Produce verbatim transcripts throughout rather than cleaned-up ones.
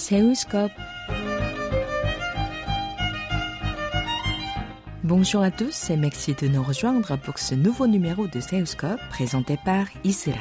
Séoulscope. Bonjour à tous et merci de nous rejoindre pour ce nouveau numéro de Séoulscope présenté par Isra.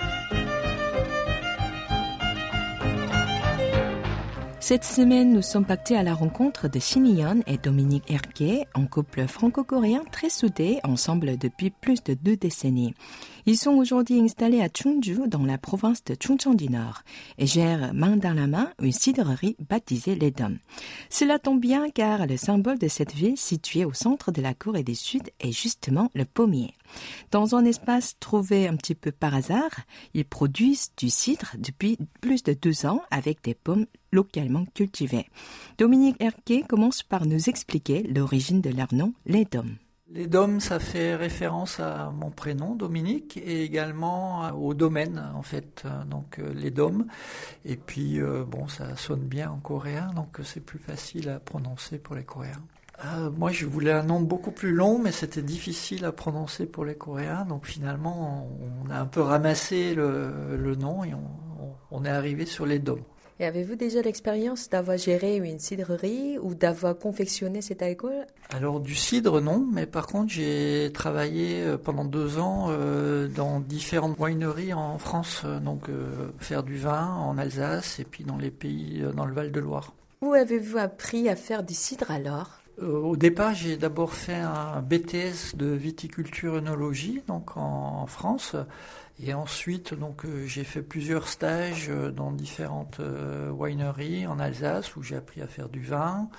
Cette semaine, nous sommes partis à la rencontre de Shin Hee-yeon et Dominique Herké, un couple franco-coréen très soudé ensemble depuis plus de deux décennies. Ils sont aujourd'hui installés à Chungju, dans la province de Chungcheong du Nord, et gèrent main dans la main une cidrerie baptisée Ledom. Cela tombe bien car le symbole de cette ville située au centre de la Corée du Sud est justement le pommier. Dans un espace trouvé un petit peu par hasard, ils produisent du cidre depuis plus de deux ans avec des pommes localement cultivées. Dominique Herké commence par nous expliquer l'origine de leur nom, Ledom. Ledom, ça fait référence à mon prénom, Dominique, et également au domaine, en fait, donc Ledom. Et puis, euh, bon, ça sonne bien en coréen, donc c'est plus facile à prononcer pour les Coréens. Euh, moi, je voulais un nom beaucoup plus long, mais c'était difficile à prononcer pour les Coréens. Donc finalement, on a un peu ramassé le, le nom et on, on est arrivé sur Ledom. Et avez-vous déjà l'expérience d'avoir géré une cidrerie ou d'avoir confectionné cet alcool? Alors du cidre, non, mais par contre, j'ai travaillé pendant deux ans euh, dans différentes wineries en France, donc euh, faire du vin en Alsace et puis dans les pays, dans le Val-de-Loire. Où avez-vous appris à faire du cidre alors? Au départ, j'ai d'abord fait un B T S de viticulture œnologie, donc en, en France, et ensuite donc euh, j'ai fait plusieurs stages dans différentes euh, wineries en Alsace où j'ai appris à faire du vin,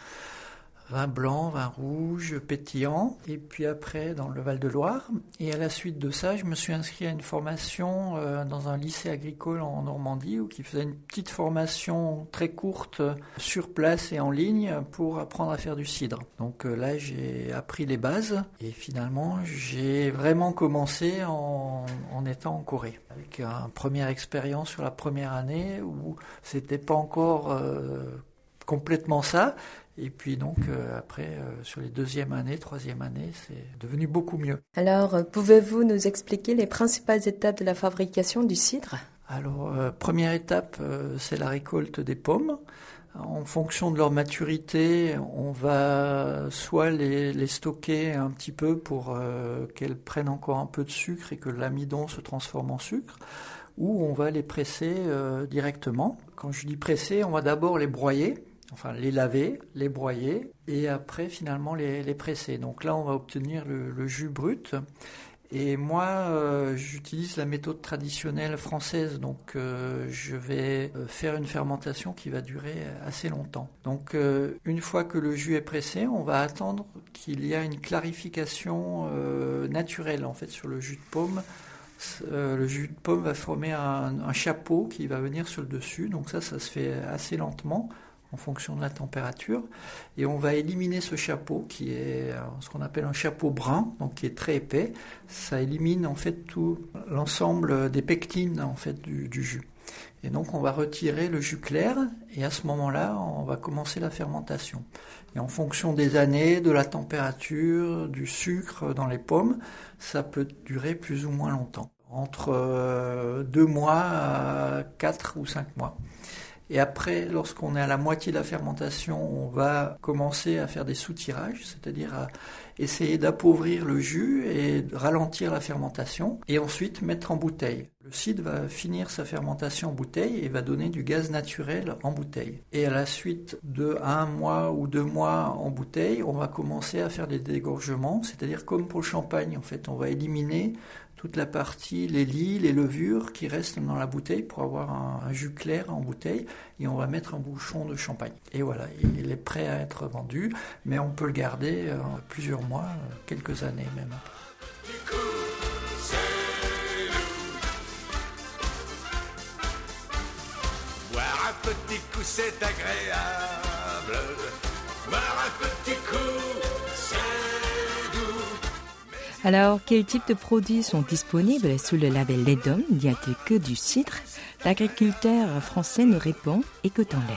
vin blanc, vin rouge, pétillant, et puis après dans le Val-de-Loire. Et à la suite de ça, je me suis inscrit à une formation euh, dans un lycée agricole en Normandie, où qui faisait une petite formation très courte euh, sur place et en ligne pour apprendre à faire du cidre. Donc euh, là, j'ai appris les bases et finalement, j'ai vraiment commencé en, en étant en Corée. Avec une première expérience sur la première année où c'était pas encore euh, complètement ça. Et puis donc euh, après, euh, sur les deuxième année, troisième année, c'est devenu beaucoup mieux. Alors, pouvez-vous nous expliquer les principales étapes de la fabrication du cidre? Alors, euh, première étape, euh, c'est la récolte des pommes. En fonction de leur maturité, on va soit les, les stocker un petit peu pour euh, qu'elles prennent encore un peu de sucre et que l'amidon se transforme en sucre, ou on va les presser euh, directement. Quand je dis presser, on va d'abord les broyer. Enfin, les laver, les broyer et après finalement les, les presser. Donc là, on va obtenir le, le jus brut. Et moi, euh, j'utilise la méthode traditionnelle française. Donc, euh, je vais faire une fermentation qui va durer assez longtemps. Donc, euh, une fois que le jus est pressé, on va attendre qu'il y ait une clarification euh, naturelle en fait sur le jus de pomme. Euh, le jus de pomme va former un, un chapeau qui va venir sur le dessus. Donc ça, ça se fait assez lentement en fonction de la température, et on va éliminer ce chapeau qui est ce qu'on appelle un chapeau brun, donc qui est très épais. Ça élimine en fait tout l'ensemble des pectines en fait du, du jus. Et donc on va retirer le jus clair, et à ce moment-là, on va commencer la fermentation. Et en fonction des années, de la température, du sucre dans les pommes, ça peut durer plus ou moins longtemps, entre euh, deux mois à quatre ou cinq mois. Et après, lorsqu'on est à la moitié de la fermentation, on va commencer à faire des soutirages, c'est-à-dire à essayer d'appauvrir le jus et de ralentir la fermentation, et ensuite mettre en bouteille. Le cidre va finir sa fermentation en bouteille et va donner du gaz naturel en bouteille. Et à la suite de un mois ou deux mois en bouteille, on va commencer à faire des dégorgements, c'est-à-dire comme pour le champagne, en fait, on va éliminer toute la partie, les lies, les levures qui restent dans la bouteille pour avoir un, un jus clair en bouteille, et on va mettre un bouchon de champagne. Et voilà, il est prêt à être vendu, mais on peut le garder euh, plusieurs mois, quelques années même. Boire un petit coup, c'est agréable. Boire un petit coup, c'est doux. Alors, quels types de produits sont disponibles sous le label Ledom? N'y a-t-il que du cidre? L'agriculteur français nous répond, écoutons-le.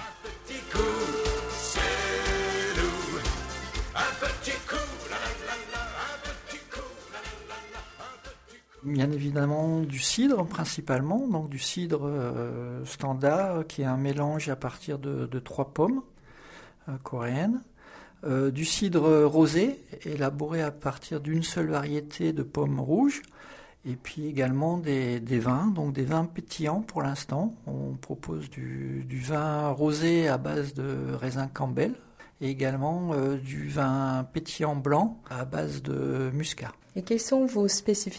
Bien évidemment du cidre principalement, donc du cidre euh, standard qui est un mélange à partir de, de trois pommes euh, coréennes. Euh, du cidre rosé élaboré à partir d'une seule variété de pommes rouges. Et puis également des, des vins, donc des vins pétillants pour l'instant. On propose du, du vin rosé à base de raisin Campbell et également euh, du vin pétillant blanc à base de muscat. Et quelles sont vos spécificités ?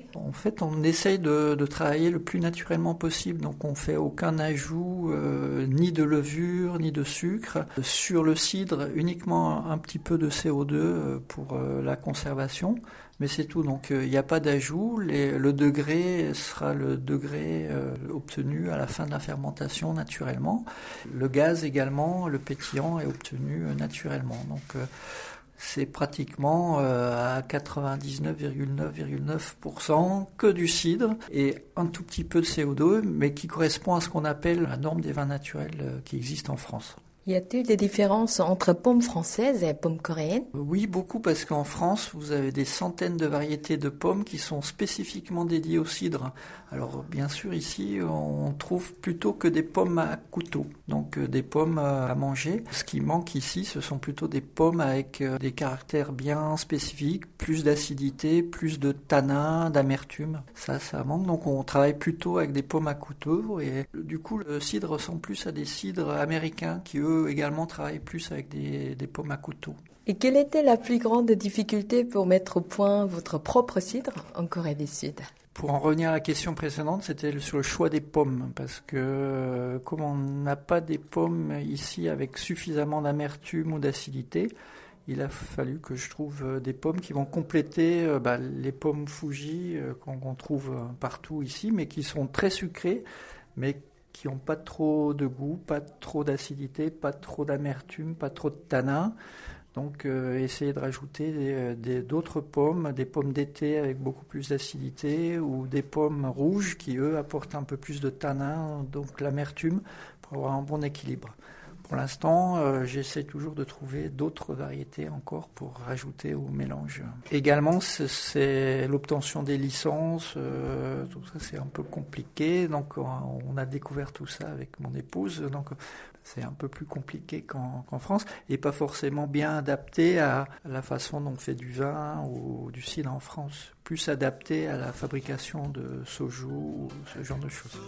En fait, on essaye de, de travailler le plus naturellement possible, donc on fait aucun ajout, euh, ni de levure, ni de sucre. Sur le cidre, uniquement un petit peu de C O deux pour euh, la conservation, mais c'est tout. Donc il n'y a pas d'ajout. Les, le degré sera le degré euh, obtenu à la fin de la fermentation naturellement. Le gaz également, le pétillant est obtenu euh, naturellement. Donc euh, c'est pratiquement euh, à quatre-vingt-dix-neuf virgule neuf virgule neuf pour cent que du cidre et un tout petit peu de C O deux, mais qui correspond à ce qu'on appelle la norme des vins naturels euh, qui existe en France. Y a-t-il des différences entre pommes françaises et pommes coréennes ? Oui, beaucoup, parce qu'en France, vous avez des centaines de variétés de pommes qui sont spécifiquement dédiées au cidre. Alors, bien sûr, ici, on trouve plutôt que des pommes à couteau, donc euh, des pommes à manger. Ce qui manque ici, ce sont plutôt des pommes avec euh, des caractères bien spécifiques, plus d'acidité, plus de tanin, d'amertume. Ça, ça manque. Donc, on travaille plutôt avec des pommes à couteau. Et du coup, le cidre ressemble plus à des cidres américains qui, eux, également travaillent plus avec des, des pommes à couteau. Et quelle était la plus grande difficulté pour mettre au point votre propre cidre en Corée du Sud ? Pour en revenir à la question précédente, c'était sur le choix des pommes, parce que comme on n'a pas des pommes ici avec suffisamment d'amertume ou d'acidité, il a fallu que je trouve des pommes qui vont compléter euh, bah, les pommes Fuji euh, qu'on, qu'on trouve partout ici, mais qui sont très sucrées, mais qui n'ont pas trop de goût, pas trop d'acidité, pas trop d'amertume, pas trop de tanin. Donc euh, essayer de rajouter des, des, d'autres pommes, des pommes d'été avec beaucoup plus d'acidité ou des pommes rouges qui, eux, apportent un peu plus de tanin, donc l'amertume, pour avoir un bon équilibre. Pour l'instant, euh, j'essaie toujours de trouver d'autres variétés encore pour rajouter au mélange. Également, c'est, c'est l'obtention des licences, euh, tout ça c'est un peu compliqué. Donc on a découvert tout ça avec mon épouse. Donc c'est un peu plus compliqué qu'en, qu'en France et pas forcément bien adapté à la façon dont on fait du vin ou du cidre en France. Plus adapté à la fabrication de soju ou ce genre de choses.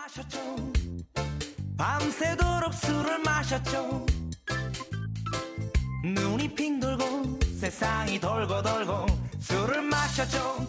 밤새도록 술을 마셨죠. 눈이 핑 돌고 세상이 돌고 돌고 술을 마셨죠.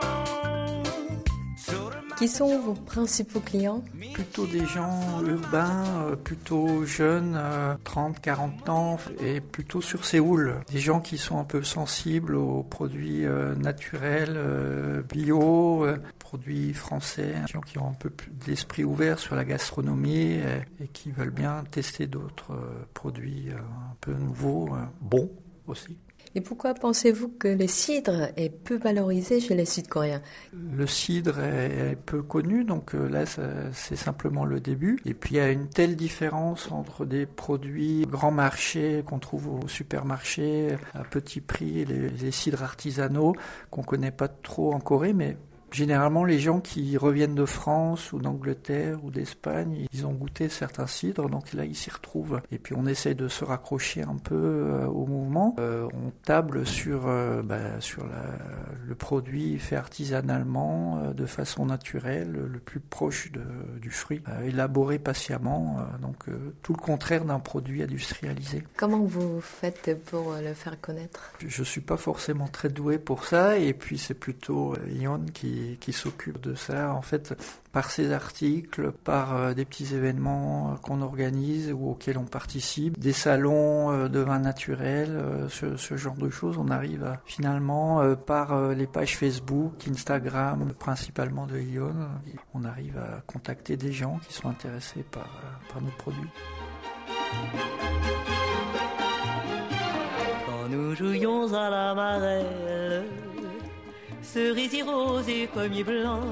Qui sont vos principaux clients ? Plutôt des gens urbains, plutôt jeunes, trente, quarante ans, et plutôt sur Séoul. Des gens qui sont un peu sensibles aux produits naturels, bio, produits français. Des gens qui ont un peu d'esprit ouvert sur la gastronomie et qui veulent bien tester d'autres produits un peu nouveaux, bons aussi. Et pourquoi pensez-vous que le cidre est peu valorisé chez les Sud-Coréens ? Le cidre est peu connu, donc là c'est simplement le début. Et puis il y a une telle différence entre des produits grand marché qu'on trouve au supermarché à petit prix, les, les cidres artisanaux qu'on connaît pas trop en Corée, mais généralement, les gens qui reviennent de France ou d'Angleterre ou d'Espagne, ils ont goûté certains cidres, donc là, ils s'y retrouvent. Et puis, on essaye de se raccrocher un peu euh, au mouvement. Euh, on table sur, euh, bah, sur la, le produit fait artisanalement, euh, de façon naturelle, le plus proche de, du fruit, euh, élaboré patiemment, euh, donc euh, tout le contraire d'un produit industrialisé. Comment vous faites pour le faire connaître ? Je ne suis pas forcément très doué pour ça, et puis c'est plutôt euh, Ion qui qui s'occupe de ça, en fait, par ses articles, par euh, des petits événements euh, qu'on organise ou auxquels on participe, des salons euh, de vin naturel, euh, ce, ce genre de choses. On arrive à, finalement, euh, par euh, les pages Facebook, Instagram, principalement de Ion, on arrive à contacter des gens qui sont intéressés par, euh, par nos produits. Quand nous jouions à la marelle, cerisier rose et pommier blanc,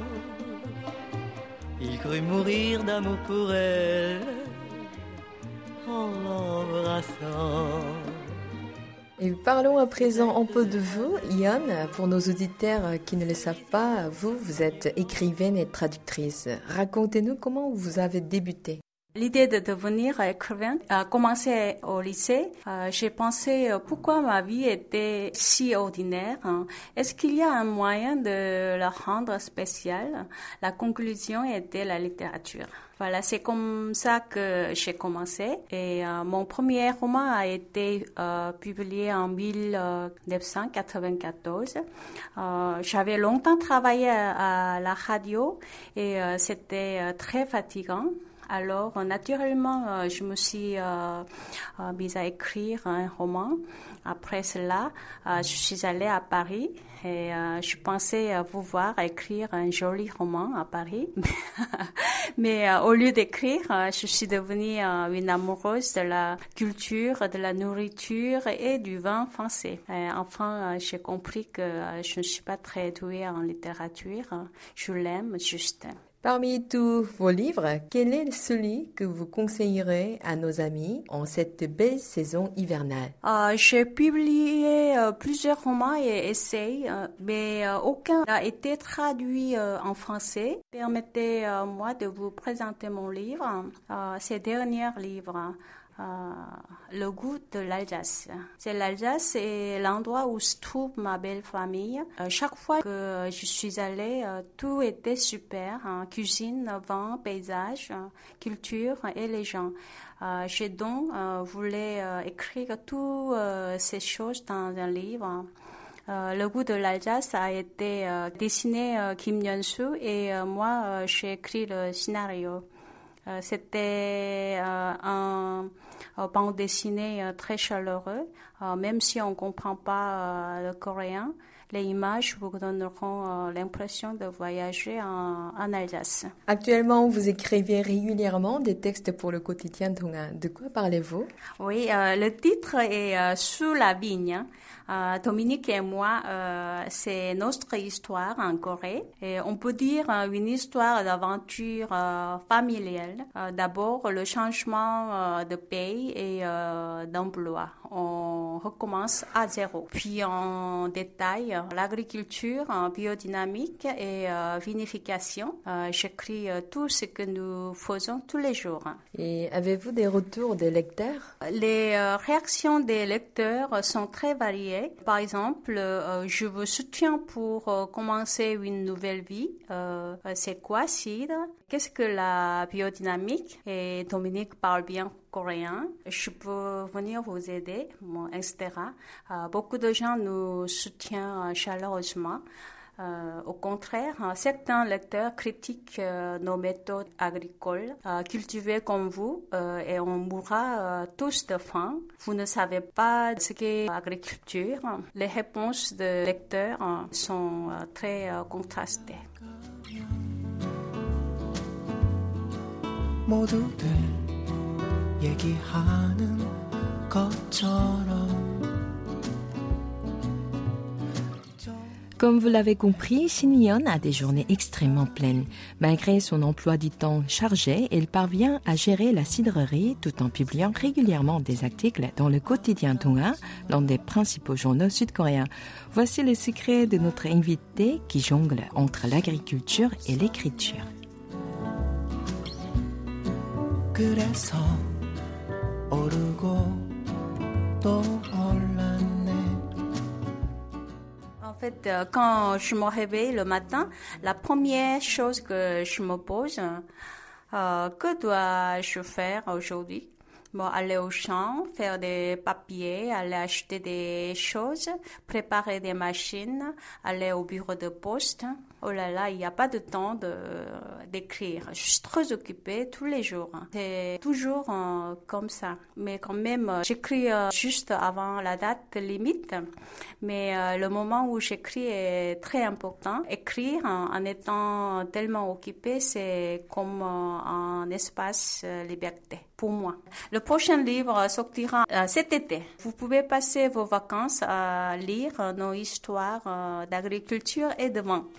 il crut mourir d'amour pour elle en l'embrassant. Et parlons à présent un peu de vous, Ian. Pour nos auditeurs qui ne le savent pas, vous, vous êtes écrivaine et traductrice. Racontez-nous comment vous avez débuté. L'idée de devenir écrivain a commencé au lycée. Euh, j'ai pensé euh, pourquoi ma vie était si ordinaire. Hein. Est-ce qu'il y a un moyen de la rendre spéciale? La conclusion était la littérature. Voilà, c'est comme ça que j'ai commencé. Et euh, mon premier roman a été euh, publié en mille neuf cent quatre-vingt-quatorze. Euh, j'avais longtemps travaillé à, à la radio et euh, c'était euh, très fatigant. Alors, naturellement, je me suis euh, mise à écrire un roman. Après cela, euh, je suis allée à Paris et euh, je pensais vous voir écrire un joli roman à Paris. Mais euh, au lieu d'écrire, euh, je suis devenue euh, une amoureuse de la culture, de la nourriture et du vin français. Et enfin, euh, j'ai compris que euh, je ne suis pas très douée en littérature. Je l'aime juste. Parmi tous vos livres, quel est celui que vous conseillerez à nos amis en cette belle saison hivernale? Euh, j'ai publié euh, plusieurs romans et essais, euh, mais euh, aucun n'a été traduit euh, en français. Permettez-moi de vous présenter mon livre, euh, ces derniers livres. Euh, le goût de l'Alsace. C'est l'Alsace et l'endroit où se trouve ma belle famille. Euh, chaque fois que je suis allée, euh, tout était super. Hein. Cuisine, vin, paysage, euh, culture et les gens. Euh, j'ai donc euh, voulu euh, écrire toutes euh, ces choses dans un livre. Euh, le goût de l'Alsace a été euh, dessiné euh, Kim Yeon-soo et euh, moi euh, j'ai écrit le scénario. Euh, c'était euh, un, un bande dessinée euh, très chaleureux, euh, même si on ne comprend pas euh, le coréen. Les images vous donneront euh, l'impression de voyager en, en Alsace. Actuellement, vous écrivez régulièrement des textes pour le quotidien Donga. De quoi parlez-vous? Oui, euh, le titre est euh, Sous la vigne. Euh, Dominique et moi, euh, c'est notre histoire en Corée. Et on peut dire euh, une histoire d'aventure euh, familiale. Euh, d'abord, le changement euh, de pays et euh, d'emploi. On recommence à zéro. Puis on détaille euh, l'agriculture, euh, biodynamique et euh, vinification. Euh, j'écris euh, tout ce que nous faisons tous les jours. Et avez-vous des retours des lecteurs? Les euh, réactions des lecteurs sont très variées. Par exemple, euh, je vous soutiens pour euh, commencer une nouvelle vie. Euh, c'est quoi, Cidre? Qu'est-ce que la biodynamique? Et Dominique parle bien coréen. Je peux venir vous aider, bon, et cetera. Euh, beaucoup de gens nous soutiennent chaleureusement. Euh, au contraire, certains lecteurs critiquent euh, nos méthodes agricoles, euh, cultivées comme vous, euh, et on mourra euh, tous de faim. Vous ne savez pas ce qu'est l'agriculture. Les réponses des lecteurs euh, sont euh, très euh, contrastées. 모두들 얘기하는 것처럼 Comme vous l'avez compris, Shin Yeon a des journées extrêmement pleines. Malgré son emploi du temps chargé, elle parvient à gérer la cidrerie tout en publiant régulièrement des articles dans le quotidien Donga, l'un des principaux journaux sud-coréens. Voici les secrets de notre invité qui jongle entre l'agriculture et l'écriture. 그래서 오르고 또 올랐네. En fait, quand je me réveille le matin, la première chose que je me pose, euh, que dois-je faire aujourd'hui? Bon, aller au champ, faire des papiers, aller acheter des choses, préparer des machines, aller au bureau de poste. Oh là là, il n'y a pas de temps de, d'écrire. Je suis très occupée tous les jours. C'est toujours euh, comme ça. Mais quand même, j'écris euh, juste avant la date limite. Mais euh, le moment où j'écris est très important. Écrire en, en étant tellement occupée, c'est comme euh, un espace euh, liberté pour moi. Le prochain livre sortira euh, cet été. Vous pouvez passer vos vacances à lire nos histoires euh, d'agriculture et de vin.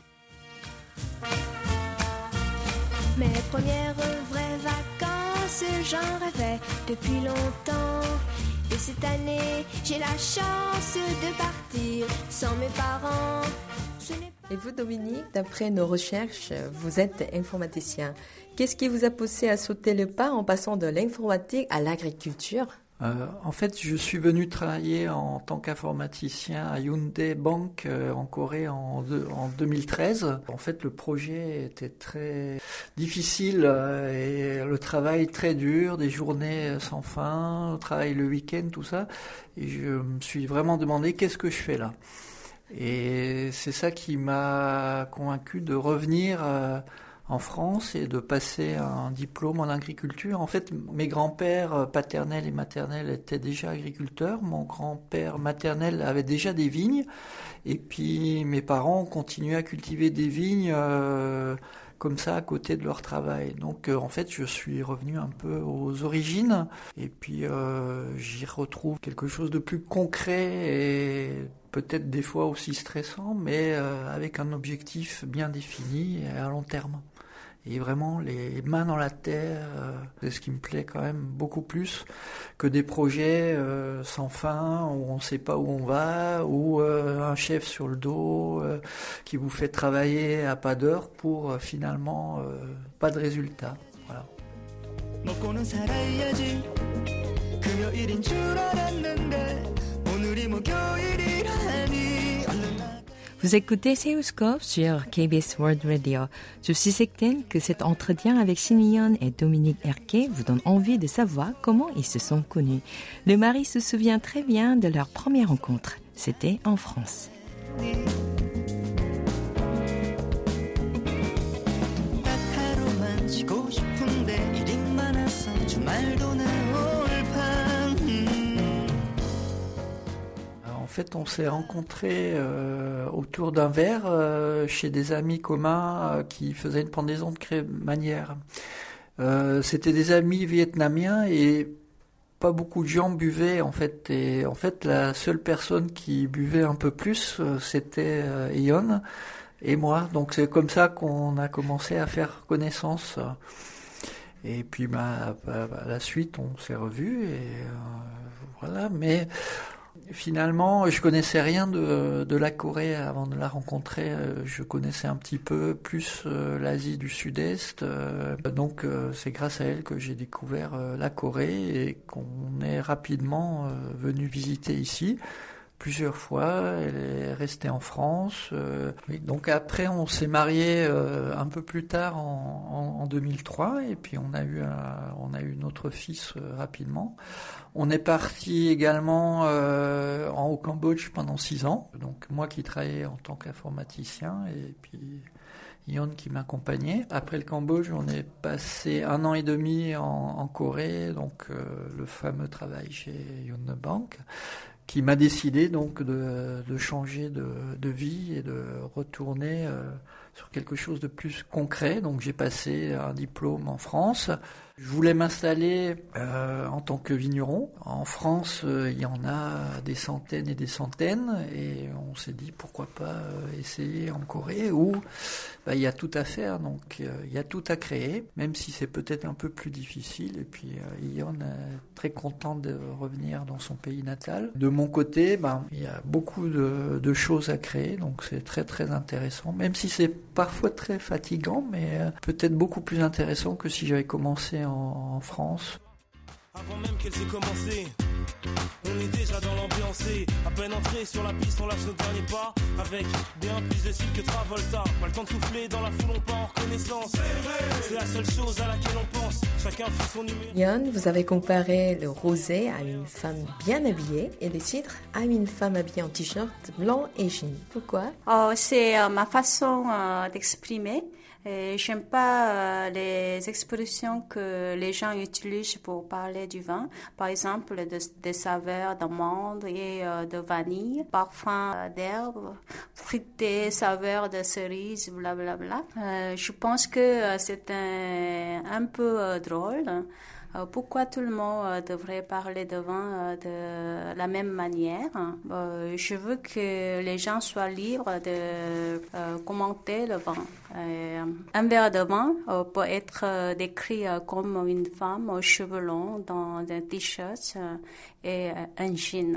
Mes premières vraies vacances, j'en rêvais depuis longtemps. Il cette année, j'ai la chance de partir sans mes parents. Ce n'est pas... Et vous, Dominique, d'après nos recherches, vous êtes informaticien. Qu'est-ce qui vous a poussé à sauter le pas en passant de l'informatique à l'agriculture ? Euh, en fait, je suis venu travailler en tant qu'informaticien à Hyundai Bank euh, en Corée en, de, en deux mille treize. En fait, le projet était très difficile euh, et le travail très dur, des journées sans fin, le travail le week-end, tout ça. Et je me suis vraiment demandé qu'est-ce que je fais là. Et c'est ça qui m'a convaincu de revenir euh, en France et de passer un diplôme en agriculture. En fait, mes grands-pères paternels et maternels étaient déjà agriculteurs. Mon grand-père maternel avait déjà des vignes. Et puis, mes parents ont continué à cultiver des vignes euh, comme ça à côté de leur travail. Donc, euh, en fait, je suis revenu un peu aux origines. Et puis, euh, j'y retrouve quelque chose de plus concret et peut-être des fois aussi stressant, mais euh, avec un objectif bien défini et à long terme. Et vraiment, les mains dans la terre, euh, c'est ce qui me plaît quand même beaucoup plus que des projets euh, sans fin, où on ne sait pas où on va, ou euh, un chef sur le dos euh, qui vous fait travailler à pas d'heure pour euh, finalement euh, pas de résultat. Voilà. 먹고는 살아야지 금요일인 줄 알았는데 오늘이 목요일이라니. Vous écoutez Séoulscope sur K B S World Radio. Je suis certaine que cet entretien avec Shin Hee-yeon et Dominique Herquet vous donne envie de savoir comment ils se sont connus. Le mari se souvient très bien de leur première rencontre. C'était en France. En fait, on s'est rencontrés euh, autour d'un verre euh, chez des amis communs euh, qui faisaient une pendaison de crémaillère. Euh, c'était des amis vietnamiens et pas beaucoup de gens buvaient en fait. Et en fait, la seule personne qui buvait un peu plus, euh, c'était euh, Hee-yeon et moi. Donc c'est comme ça qu'on a commencé à faire connaissance. Et puis bah, bah, bah, à la suite, on s'est revus et euh, voilà. Mais finalement, je connaissais rien de, de la Corée avant de la rencontrer. Je connaissais un petit peu plus euh, l'Asie du Sud-Est. Euh, donc, euh, c'est grâce à elle que j'ai découvert euh, la Corée et qu'on est rapidement euh, venu visiter ici. Plusieurs fois, elle est restée en France. Euh, oui, donc après, on s'est mariés euh, un peu plus tard en, en, en deux mille trois, et puis on a eu un, on a eu notre fils euh, rapidement. On est parti également euh, en, au Cambodge pendant six ans. Donc moi qui travaillais en tant qu'informaticien et puis Hee-yeon qui m'accompagnait. Après le Cambodge, on est passé un an et demi en, en Corée, donc euh, le fameux travail chez Hyundai Bank, qui m'a décidé donc de, de changer de, de vie et de retourner euh, sur quelque chose de plus concret. Donc j'ai passé un diplôme en France. Je voulais m'installer euh, en tant que vigneron. En France, euh, il y en a des centaines et des centaines, et on s'est dit pourquoi pas euh, essayer en Corée où bah, il y a tout à faire, donc euh, il y a tout à créer, même si c'est peut-être un peu plus difficile. Et puis euh, Hee-yeon est très content de revenir dans son pays natal. De mon côté, bah, il y a beaucoup de, de choses à créer, donc c'est très très intéressant, même si c'est parfois très fatigant, mais euh, peut-être beaucoup plus intéressant que si j'avais commencé en, en France. Avant même qu'elle s'ait commencé, on est déjà dans l'ambiance et à peine entré sur la piste, on lâche nos derniers pas avec bien plus de style que Travolta. Pas le temps de souffler dans la foule, on part en reconnaissance. C'est la seule chose à laquelle on pense. Chacun fait son numéro. Hee-yeon, vous avez comparé le rosé à une femme bien habillée et le cidre à une femme habillée en t-shirt blanc et jean. Pourquoi? Oh, c'est euh, ma façon euh, d'exprimer. Et j'aime pas euh, les expressions que les gens utilisent pour parler du vin. Par exemple, de, des saveurs d'amande et euh, de vanille, parfum euh, d'herbe, fruité, saveurs de cerise, blablabla. Euh, je pense que euh, c'est un, un peu euh, drôle. Euh, pourquoi tout le monde euh, devrait parler de vin euh, de la même manière? Euh, je veux que les gens soient libres de euh, commenter le vin. Euh, un verre de vin euh, peut être euh, décrit euh, comme une femme aux cheveux longs dans un t-shirt euh, et euh, un jean.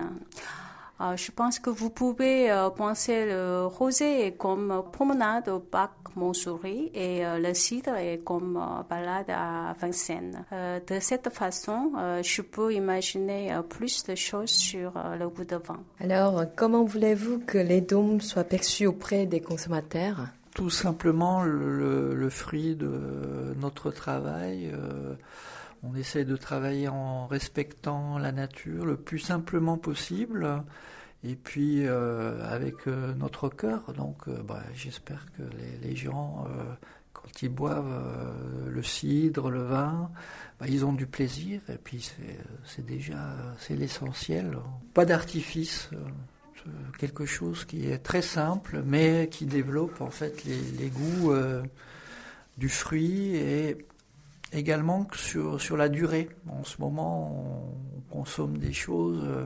Euh, je pense que vous pouvez euh, penser le rosé comme promenade au parc Montsouris et euh, le cidre est comme euh, balade à Vincennes. Euh, de cette façon, euh, je peux imaginer euh, plus de choses sur euh, le goût de vin. Alors, comment voulez-vous que les dômes soient perçus auprès des consommateurs? Tout simplement le, le fruit de notre travail. Euh, on essaie de travailler en respectant la nature le plus simplement possible. Et puis euh, avec euh, notre cœur, donc euh, bah, j'espère que les, les gens, euh, quand ils boivent euh, le cidre, le vin, bah, ils ont du plaisir. Et puis c'est, c'est déjà c'est l'essentiel. Pas d'artifice, euh, quelque chose qui est très simple, mais qui développe en fait les, les goûts euh, du fruit et également sur sur la durée. En ce moment, on consomme des choses. Euh,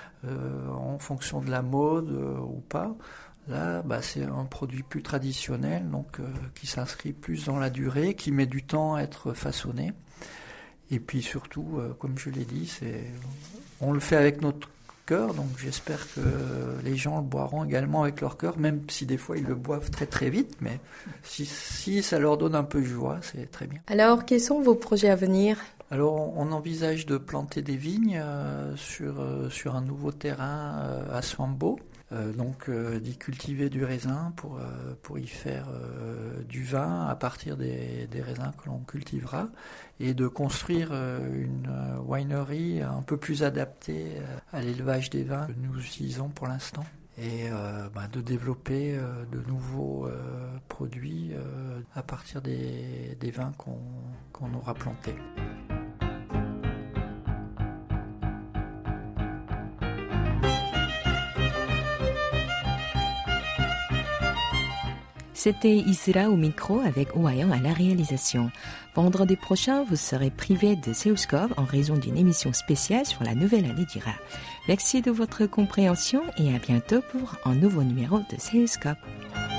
Euh, en fonction de la mode euh, ou pas. Là, bah, c'est un produit plus traditionnel, donc euh, qui s'inscrit plus dans la durée, qui met du temps à être façonné. Et puis surtout, euh, comme je l'ai dit, c'est, on le fait avec notre cœur, donc j'espère que les gens le boiront également avec leur cœur, même si des fois ils le boivent très très vite, mais si, si ça leur donne un peu de joie, c'est très bien. Alors, quels sont vos projets à venir ? Alors, on envisage de planter des vignes euh, sur, euh, sur un nouveau terrain euh, à Swambo, euh, donc euh, d'y cultiver du raisin pour, euh, pour y faire euh, du vin à partir des, des raisins que l'on cultivera, et de construire euh, une winery un peu plus adaptée à l'élevage des vins que nous utilisons pour l'instant. Et euh, bah, de développer euh, de nouveaux euh, produits euh, à partir des, des vins qu'on, qu'on aura plantés. C'était Isra au micro avec Ouayan à la réalisation. Vendredi prochain, vous serez privé de Séoulscope en raison d'une émission spéciale sur la nouvelle année d'Ira. Merci de votre compréhension et à bientôt pour un nouveau numéro de Séoulscope.